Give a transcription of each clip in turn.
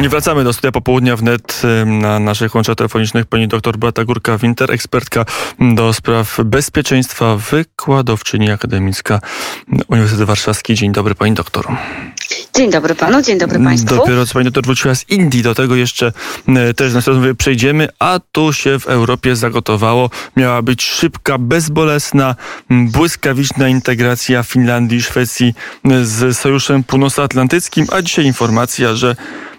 Wracamy do studia popołudnia wnet na naszych łączach telefonicznych. Pani doktor Beata Górka-Winter, ekspertka do spraw bezpieczeństwa, wykładowczyni akademicka Uniwersytet Warszawski. Dzień dobry, pani doktor. Dzień dobry panu, dzień dobry państwu. Dopiero co pani doktor wróciła z Indii, do tego jeszcze też na rozmowie przejdziemy, a tu się w Europie zagotowało. Miała być szybka, bezbolesna, błyskawiczna integracja Finlandii i Szwecji z Sojuszem Północnoatlantyckim, a dzisiaj informacja, że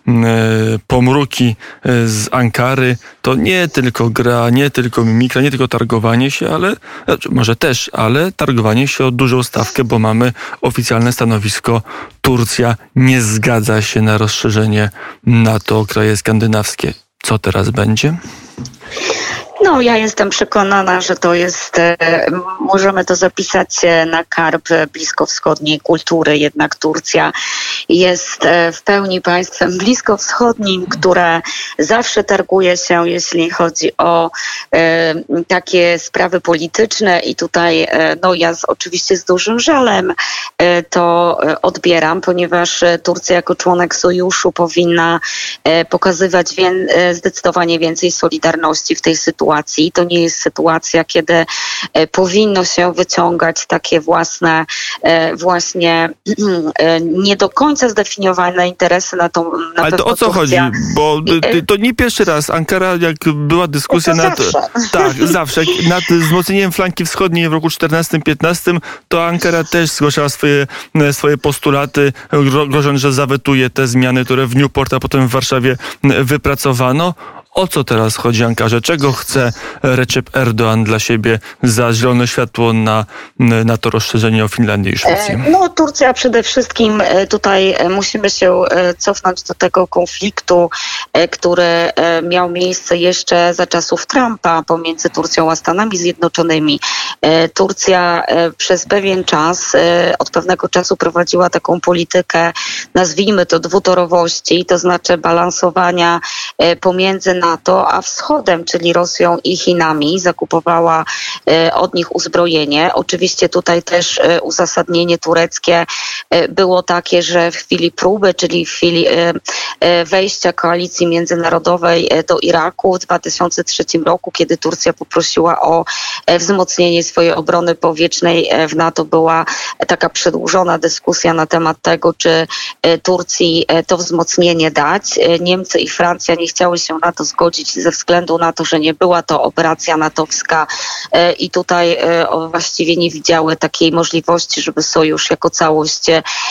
pomruki z Ankary to nie tylko gra, nie tylko mimikra, nie tylko targowanie się, ale może też, ale targowanie się o dużą stawkę, bo mamy oficjalne stanowisko. Turcja nie zgadza się na rozszerzenie NATO o kraje skandynawskie. Co teraz będzie? No, ja jestem przekonana, że to jest, możemy to zapisać na karb bliskowschodniej kultury. Jednak Turcja jest w pełni państwem bliskowschodnim, które zawsze targuje się, jeśli chodzi o takie sprawy polityczne i tutaj, no ja oczywiście z dużym żalem to odbieram, ponieważ Turcja jako członek sojuszu powinna pokazywać zdecydowanie więcej solidarności w tej sytuacji. To nie jest sytuacja, kiedy powinno się wyciągać takie własne właśnie nie do końca zdefiniowane interesy na tą na Ale to o co Turcja. chodzi? Bo to nie pierwszy raz. Ankara, jak była dyskusja zawsze nad wzmocnieniem flanki wschodniej w roku 2014-2015, to Ankara też zgłaszała swoje postulaty, grożąc, że zawetuje te zmiany, które w Newport, a potem w Warszawie wypracowano. O co teraz chodzi Ankarze? Czego chce Recep Erdoğan dla siebie za zielone światło na to rozszerzenie o Finlandię i Szwecję? No, Turcja przede wszystkim, tutaj musimy się cofnąć do tego konfliktu, który miał miejsce jeszcze za czasów Trumpa pomiędzy Turcją a Stanami Zjednoczonymi. Turcja przez pewien czas, od pewnego czasu prowadziła taką politykę, nazwijmy to dwutorowości, to znaczy balansowania pomiędzy NATO a wschodem, czyli Rosją i Chinami. Zakupowała od nich uzbrojenie. Oczywiście tutaj też uzasadnienie tureckie było takie, że w chwili próby, czyli w chwili wejścia koalicji międzynarodowej do Iraku w 2003 roku, kiedy Turcja poprosiła o wzmocnienie swojej obrony powietrznej w NATO, była taka przedłużona dyskusja na temat tego, czy Turcji to wzmocnienie dać. Niemcy i Francja nie chciały się na to zgodzić ze względu na to, że nie była to operacja natowska i tutaj właściwie nie widziały takiej możliwości, żeby sojusz jako całość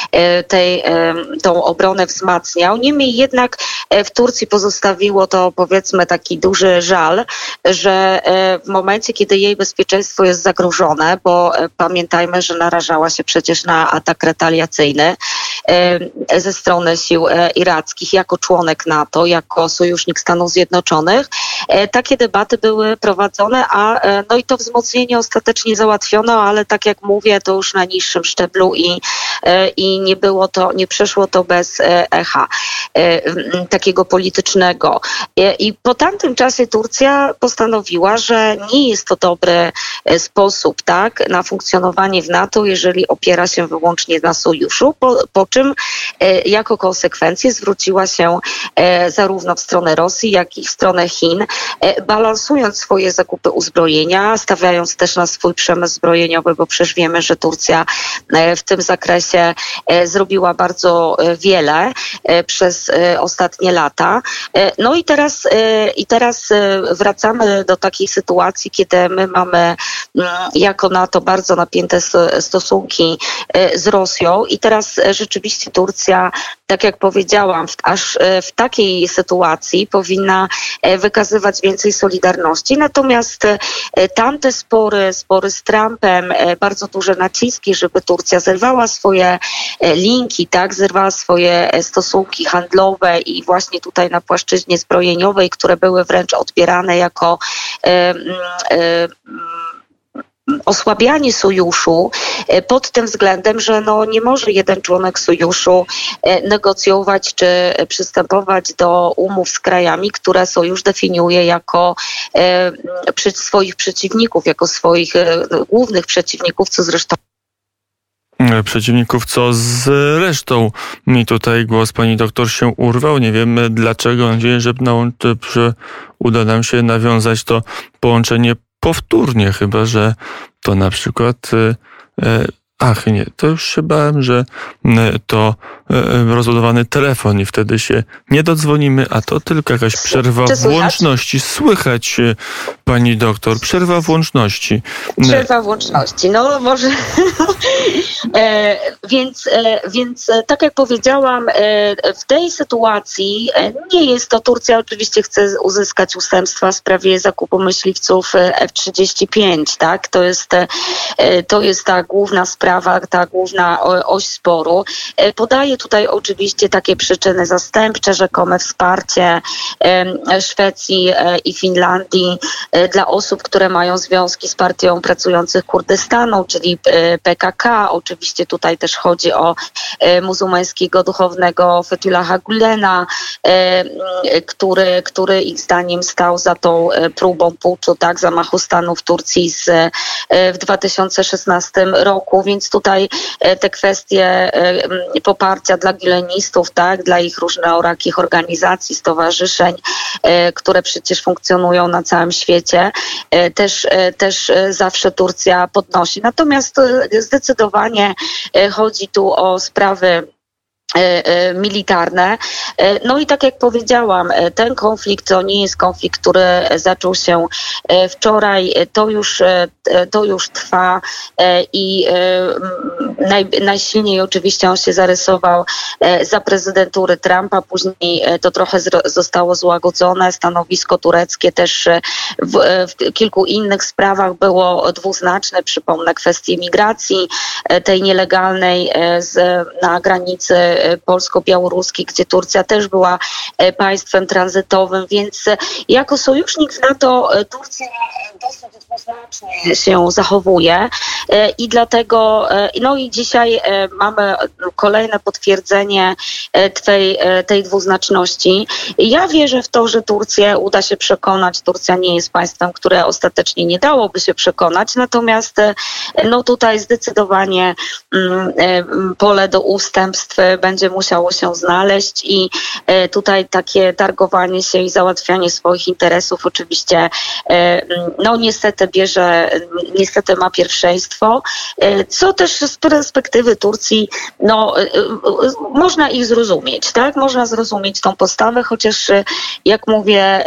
tą obronę wzmacniał. Niemniej jednak w Turcji pozostawiło to, powiedzmy, taki duży żal, że w momencie, kiedy jej bezpieczeństwo jest zagrożone, bo pamiętajmy, że narażała się przecież na atak retaliacyjny ze strony sił irackich jako członek NATO, jako sojusznik Stanów Zjednoczonych. Takie debaty były prowadzone, no i to wzmocnienie ostatecznie załatwiono, ale tak jak mówię, to już na niższym szczeblu i nie przeszło to bez echa takiego politycznego. I po tamtym czasie Turcja postanowiła, że nie jest to dobry sposób, tak, na funkcjonowanie w NATO, jeżeli opiera się wyłącznie na sojuszu, po czym jako konsekwencję zwróciła się zarówno w stronę Rosji, jak i w stronę Chin, balansując swoje zakupy uzbrojenia, stawiając też na swój przemysł zbrojeniowy, bo przecież wiemy, że Turcja w tym zakresie zrobiła bardzo wiele przez ostatnie lata. No i teraz wracamy do takiej sytuacji, kiedy my mamy jako NATO bardzo napięte stosunki z Rosją i teraz rzeczywiście Turcja, tak jak powiedziałam, aż w takiej sytuacji powinna wykazywać więcej solidarności. Natomiast tamte spory z Trumpem, bardzo duże naciski, żeby Turcja zerwała swoje linki, tak, zerwała swoje stosunki handlowe i właśnie tutaj na płaszczyźnie zbrojeniowej, które były wręcz odbierane jako osłabianie sojuszu pod tym względem, że no nie może jeden członek sojuszu negocjować czy przystępować do umów z krajami, które sojusz definiuje jako swoich przeciwników, jako swoich głównych przeciwników, co zresztą przeciwników. Co z resztą? Mi tutaj głos pani doktor się urwał. Nie wiem dlaczego. Mam nadzieję, że uda nam się nawiązać to połączenie powtórnie, chyba że to na przykład... Ach nie, to już się bałem, że rozładowany telefon i wtedy się nie dodzwonimy, a to tylko jakaś przerwa w łączności. Słychać, pani doktor, przerwa w łączności. Przerwa w łączności, no może... Więc tak jak powiedziałam, w tej sytuacji nie jest to, Turcja oczywiście chce uzyskać ustępstwa w sprawie zakupu myśliwców F-35, tak? To jest ta główna sprawa, ta główna oś sporu. Podaje tutaj oczywiście takie przyczyny zastępcze, rzekome wsparcie Szwecji i Finlandii dla osób, które mają związki z Partią Pracujących Kurdystanu, czyli PKK. Oczywiście tutaj też chodzi o muzułmańskiego duchownego Fethullaha Gülena, który ich zdaniem stał za tą próbą puczu, tak, zamachu stanu w Turcji w 2016 roku, więc tutaj te kwestie poparcia dla gülenistów, tak, dla ich różnorakich organizacji, stowarzyszeń, które przecież funkcjonują na całym świecie, też zawsze Turcja podnosi. Natomiast zdecydowanie chodzi tu o sprawy militarne. No i tak jak powiedziałam, ten konflikt to nie jest konflikt, który zaczął się wczoraj, to już trwa i najsilniej oczywiście on się zarysował za prezydentury Trumpa, później to trochę zostało złagodzone, stanowisko tureckie też w kilku innych sprawach było dwuznaczne, przypomnę kwestię migracji, tej nielegalnej na granicy polsko-białoruskiej, gdzie Turcja też była państwem tranzytowym, więc jako sojusznik w NATO Turcja dosyć dwuznacznie się zachowuje i dlatego, no i dzisiaj mamy kolejne potwierdzenie tej dwuznaczności. Ja wierzę w to, że Turcję uda się przekonać. Turcja nie jest państwem, które ostatecznie nie dałoby się przekonać, natomiast no tutaj zdecydowanie pole do ustępstw będzie musiało się znaleźć i tutaj takie targowanie się i załatwianie swoich interesów oczywiście no niestety ma pierwszeństwo, co też z perspektywy Turcji no można ich zrozumieć, tak? Można zrozumieć tą postawę, chociaż jak mówię,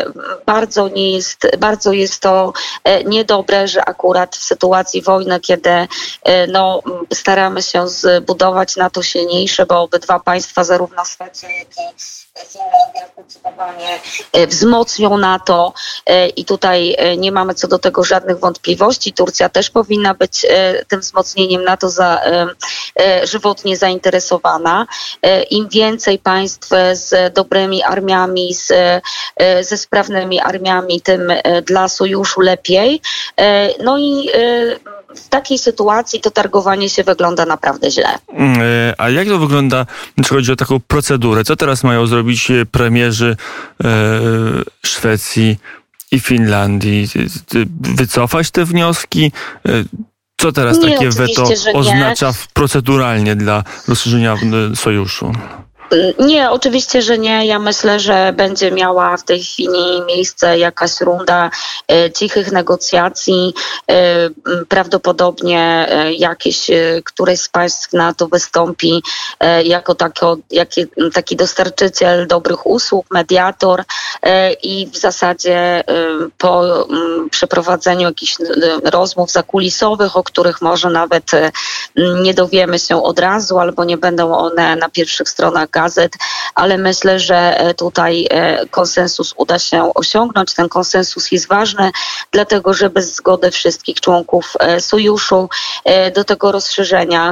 bardzo jest to niedobre, że akurat w sytuacji wojny, kiedy no staramy się zbudować NATO silniejsze, bo obydwa państwa, zarówno Szwecja, jak i Finlandia zdecydowanie wzmocnią NATO i tutaj nie mamy co do tego żadnych wątpliwości. Turcja też powinna być tym wzmocnieniem NATO żywotnie zainteresowana. Im więcej państw z dobrymi armiami, ze sprawnymi armiami, tym dla sojuszu lepiej. No i w takiej sytuacji to targowanie się wygląda naprawdę źle. A jak to wygląda, jeśli chodzi o taką procedurę? Co teraz mają zrobić premierzy Szwecji i Finlandii? Wycofać te wnioski? Co teraz takie weto oznacza proceduralnie dla rozszerzenia sojuszu? Nie, oczywiście, że nie. Ja myślę, że będzie miała w tej chwili miejsce jakaś runda cichych negocjacji. Prawdopodobnie któreś z państw NATO wystąpi jako taki dostarczyciel dobrych usług, mediator i w zasadzie po przeprowadzeniu jakichś rozmów zakulisowych, o których może nawet nie dowiemy się od razu albo nie będą one na pierwszych stronach gazet, ale myślę, że tutaj konsensus uda się osiągnąć. Ten konsensus jest ważny, dlatego że bez zgody wszystkich członków sojuszu do tego rozszerzenia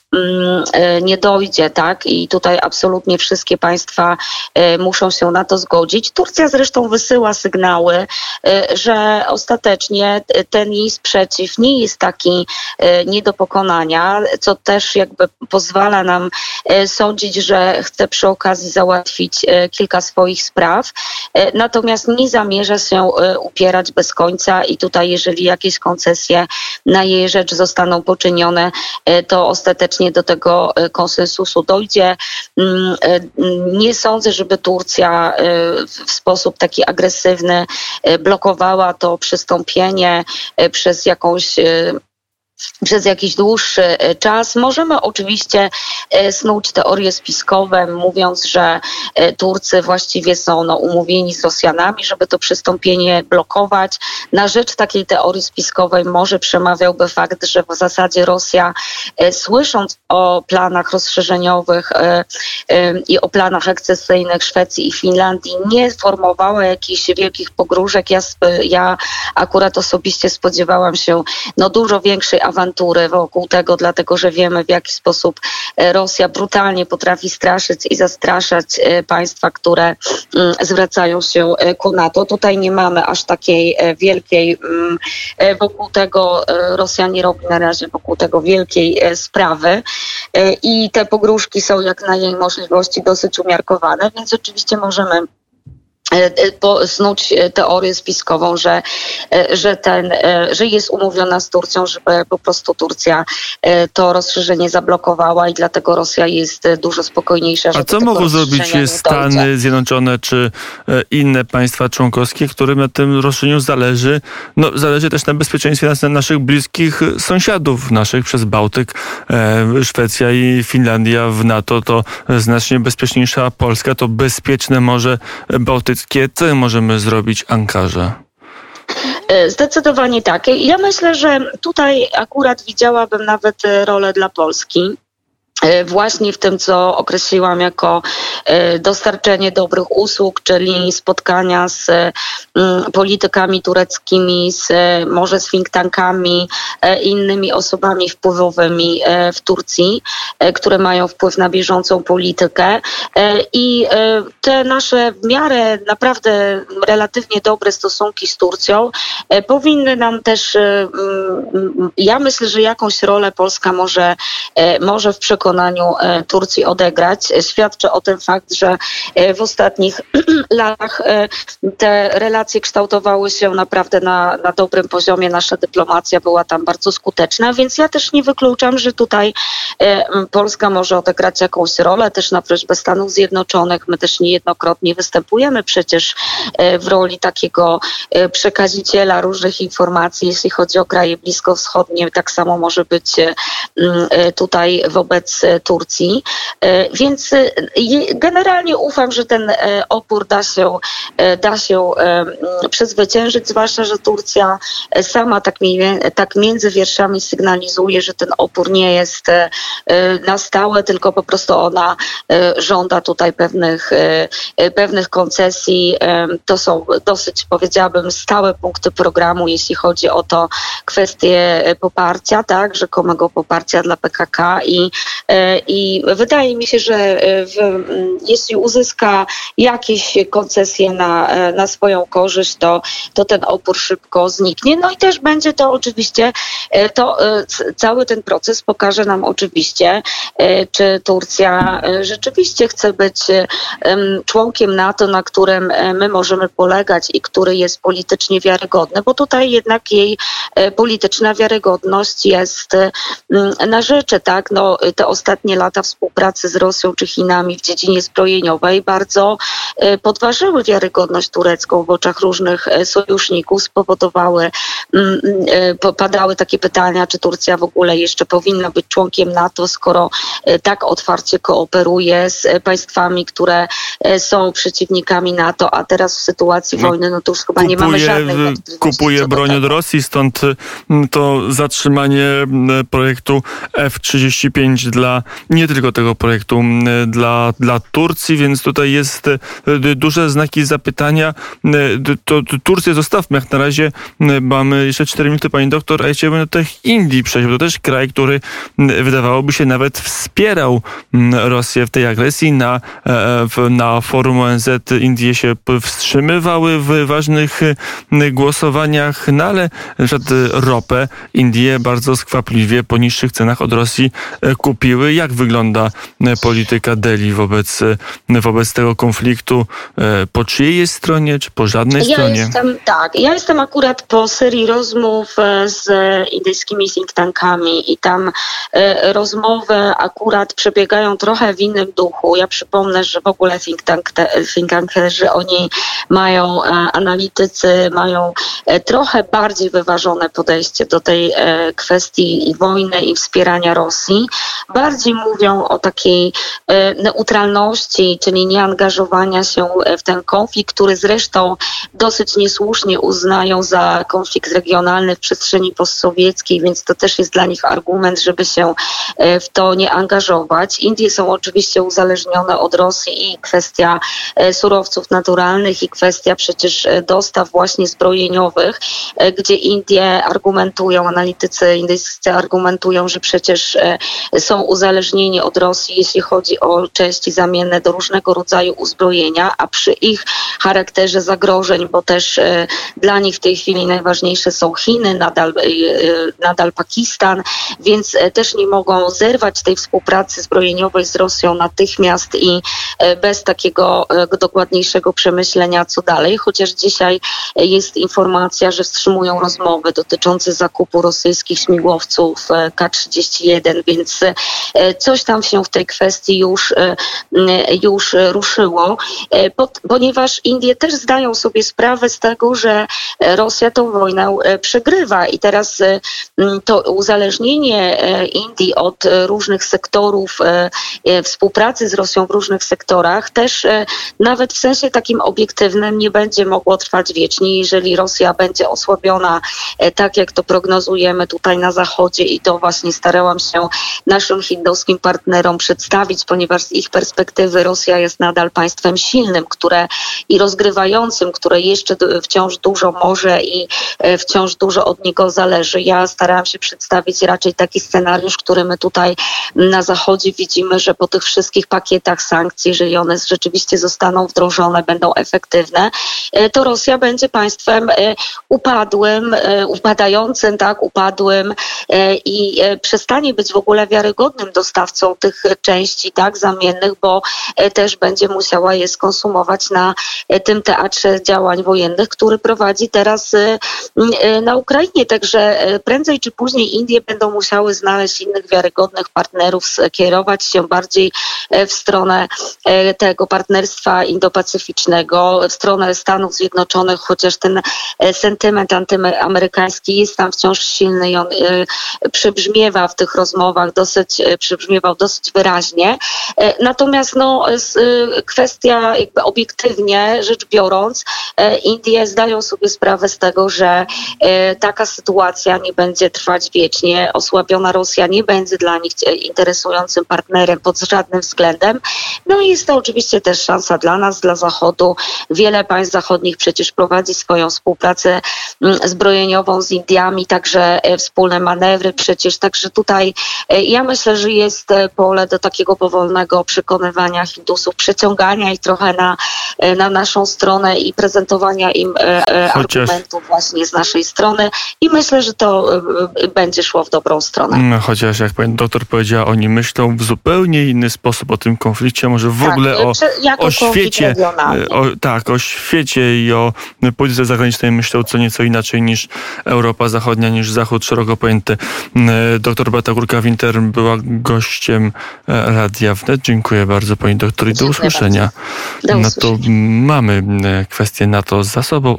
nie dojdzie, tak? I tutaj absolutnie wszystkie państwa muszą się na to zgodzić. Turcja zresztą wysyła sygnały, że ostatecznie ten jej sprzeciw nie jest taki nie do pokonania, co też jakby pozwala nam sądzić, że chce przy okazji załatwić kilka swoich spraw, natomiast nie zamierza się upierać bez końca i tutaj jeżeli jakieś koncesje na jej rzecz zostaną poczynione, to ostatecznie do tego konsensusu dojdzie. Nie sądzę, żeby Turcja w sposób taki agresywny blokowała to przystąpienie przez jakiś dłuższy czas. Możemy oczywiście snuć teorie spiskowe, mówiąc, że Turcy właściwie są umówieni z Rosjanami, żeby to przystąpienie blokować. Na rzecz takiej teorii spiskowej może przemawiałby fakt, że w zasadzie Rosja, słysząc o planach rozszerzeniowych i o planach akcesyjnych Szwecji i Finlandii, nie formowała jakichś wielkich pogróżek. Ja akurat osobiście spodziewałam się dużo większej awantury wokół tego, dlatego że wiemy, w jaki sposób Rosja brutalnie potrafi straszyć i zastraszać państwa, które zwracają się ku NATO. Tutaj nie mamy aż takiej wielkiej wokół tego, Rosja nie robi na razie wokół tego wielkiej sprawy i te pogróżki są jak na jej możliwości dosyć umiarkowane, więc oczywiście możemy snuć teorię spiskową, że jest umówiona z Turcją, żeby po prostu Turcja to rozszerzenie zablokowała i dlatego Rosja jest dużo spokojniejsza. A co mogą zrobić Stany Zjednoczone czy inne państwa członkowskie, którym na tym rozszerzeniu zależy? Zależy też na bezpieczeństwie naszych bliskich sąsiadów, naszych przez Bałtyk. Szwecja i Finlandia w NATO to znacznie bezpieczniejsza Polska, to bezpieczne Morze Bałtyckie. Co możemy zrobić Ankarze? Zdecydowanie tak. Ja myślę, że tutaj akurat widziałabym nawet rolę dla Polski. Właśnie w tym, co określiłam jako dostarczenie dobrych usług, czyli spotkania z politykami tureckimi, może z think tankami, innymi osobami wpływowymi w Turcji, które mają wpływ na bieżącą politykę. I te nasze w miarę naprawdę relatywnie dobre stosunki z Turcją powinny nam też, ja myślę, że jakąś rolę Polska może w przekonaniu Turcji odegrać. Świadczy o tym fakt, że w ostatnich latach te relacje kształtowały się naprawdę na dobrym poziomie. Nasza dyplomacja była tam bardzo skuteczna, więc ja też nie wykluczam, że tutaj Polska może odegrać jakąś rolę też na prośbę Stanów Zjednoczonych. My też niejednokrotnie występujemy przecież w roli takiego przekaziciela różnych informacji, jeśli chodzi o kraje bliskowschodnie. Tak samo może być tutaj wobec Turcji. Więc generalnie ufam, że ten opór da się przezwyciężyć, zwłaszcza, że Turcja sama tak między wierszami sygnalizuje, że ten opór nie jest na stałe, tylko po prostu ona żąda tutaj pewnych koncesji. To są dosyć, powiedziałabym, stałe punkty programu, jeśli chodzi o to kwestię poparcia, tak, rzekomego poparcia dla PKK i wydaje mi się, że jeśli uzyska jakieś koncesje na swoją korzyść, to ten opór szybko zniknie. No i też będzie to oczywiście, cały ten proces pokaże nam oczywiście, czy Turcja rzeczywiście chce być członkiem NATO, na którym my możemy polegać i który jest politycznie wiarygodny, bo tutaj jednak jej polityczna wiarygodność jest na rzeczy, tak? Te ostatnie lata współpracy z Rosją czy Chinami w dziedzinie zbrojeniowej bardzo podważyły wiarygodność turecką w oczach różnych sojuszników, padały takie pytania, czy Turcja w ogóle jeszcze powinna być członkiem NATO, skoro tak otwarcie kooperuje z państwami, które są przeciwnikami NATO, a teraz w sytuacji wojny, to już chyba nie mamy żadnej wątpliwości. Kupuje broń od Rosji, stąd to zatrzymanie projektu F-35 dla nie tylko tego projektu, dla Turcji, więc tutaj jest duże znaki zapytania. To Turcję zostawmy jak na razie. Mamy jeszcze 4 minuty, pani doktor, a ja chciałbym do tych Indii przejść, bo to też kraj, który wydawałoby się nawet wspierał Rosję w tej agresji. Na forum ONZ Indie się wstrzymywały w ważnych głosowaniach, no ale na przykład ropę Indie bardzo skwapliwie po niższych cenach od Rosji kupiły. Jak wygląda polityka Delhi wobec tego konfliktu? Po czyjej jest stronie, czy po żadnej stronie? Ja jestem akurat po serii rozmów z indyjskimi think tankami i tam rozmowy akurat przebiegają trochę w innym duchu. Ja przypomnę, że w ogóle think tankerzy, oni mają, analitycy mają trochę bardziej wyważone podejście do tej kwestii wojny i wspierania Rosji. Bardziej mówią o takiej neutralności, czyli nieangażowania się w ten konflikt, który zresztą dosyć niesłusznie uznają za konflikt regionalny w przestrzeni postsowieckiej, więc to też jest dla nich argument, żeby się w to nie angażować. Indie są oczywiście uzależnione od Rosji i kwestia surowców naturalnych i kwestia przecież dostaw właśnie zbrojeniowych, gdzie Indie argumentują, analitycy indyjscy argumentują, że przecież są uzależnieni od Rosji, jeśli chodzi o części zamienne do różnego rodzaju uzbrojenia, a przy ich charakterze zagrożeń, bo też dla nich w tej chwili najważniejsze są Chiny, nadal Pakistan, więc też nie mogą zerwać tej współpracy zbrojeniowej z Rosją natychmiast i bez takiego dokładniejszego przemyślenia, co dalej. Chociaż dzisiaj jest informacja, że wstrzymują rozmowy dotyczące zakupu rosyjskich śmigłowców K-31, więc coś tam się w tej kwestii już ruszyło, ponieważ Indie też zdają sobie sprawę z tego, że Rosja tą wojnę przegrywa i teraz to uzależnienie Indii od różnych sektorów współpracy z Rosją w różnych sektorach też nawet w sensie takim obiektywnym nie będzie mogło trwać wiecznie. Jeżeli Rosja będzie osłabiona, tak jak to prognozujemy tutaj na Zachodzie i to właśnie starałam się naszym hinduskim partnerom przedstawić, ponieważ z ich perspektywy Rosja jest nadal państwem silnym, i rozgrywającym, które jeszcze wciąż dużo może i wciąż dużo od niego zależy. Ja starałam się przedstawić raczej taki scenariusz, który my tutaj na Zachodzie widzimy, że po tych wszystkich pakietach sankcji, jeżeli one rzeczywiście zostaną wdrożone, będą efektywne, to Rosja będzie państwem upadającym i przestanie być w ogóle wiarygodnym dostawcą tych części zamiennych, bo też będzie musiała je skonsumować na tym teatrze działań wojennych, który prowadzi teraz na Ukrainie. Także prędzej czy później Indie będą musiały znaleźć innych wiarygodnych partnerów, skierować się bardziej w stronę tego partnerstwa indopacyficznego, w stronę Stanów Zjednoczonych, chociaż ten sentyment antyamerykański jest tam wciąż silny i on przybrzmiewa w tych rozmowach, przybrzmiewał dosyć wyraźnie. Natomiast kwestia jakby obiektywnie rzecz biorąc, Indie zdają sobie sprawę z tego, że taka sytuacja nie będzie trwać wiecznie. Osłabiona Rosja nie będzie dla nich interesującym partnerem pod żadnym względem. No i jest to oczywiście też szansa dla nas, dla Zachodu. Wiele państw zachodnich przecież prowadzi swoją współpracę zbrojeniową z Indiami, także wspólne manewry przecież. Także tutaj ja myślę, że jest pole do takiego powolnego przekonywania Hindusów, przeciągania ich trochę na naszą stronę i prezentowania im argumentów właśnie z naszej strony i myślę, że to będzie szło w dobrą stronę. Chociaż jak pani doktor powiedziała, oni myślą w zupełnie inny sposób o tym konflikcie, może w ogóle o świecie, o świecie i o polityce zagranicznej myślą co nieco inaczej niż Europa Zachodnia, niż Zachód szeroko pojęty. Doktor Beata Górka-Winter była gościem Radia Wnet. Dziękuję bardzo pani doktor i do usłyszenia. Do usłyszenia. No to mamy kwestię NATO za sobą.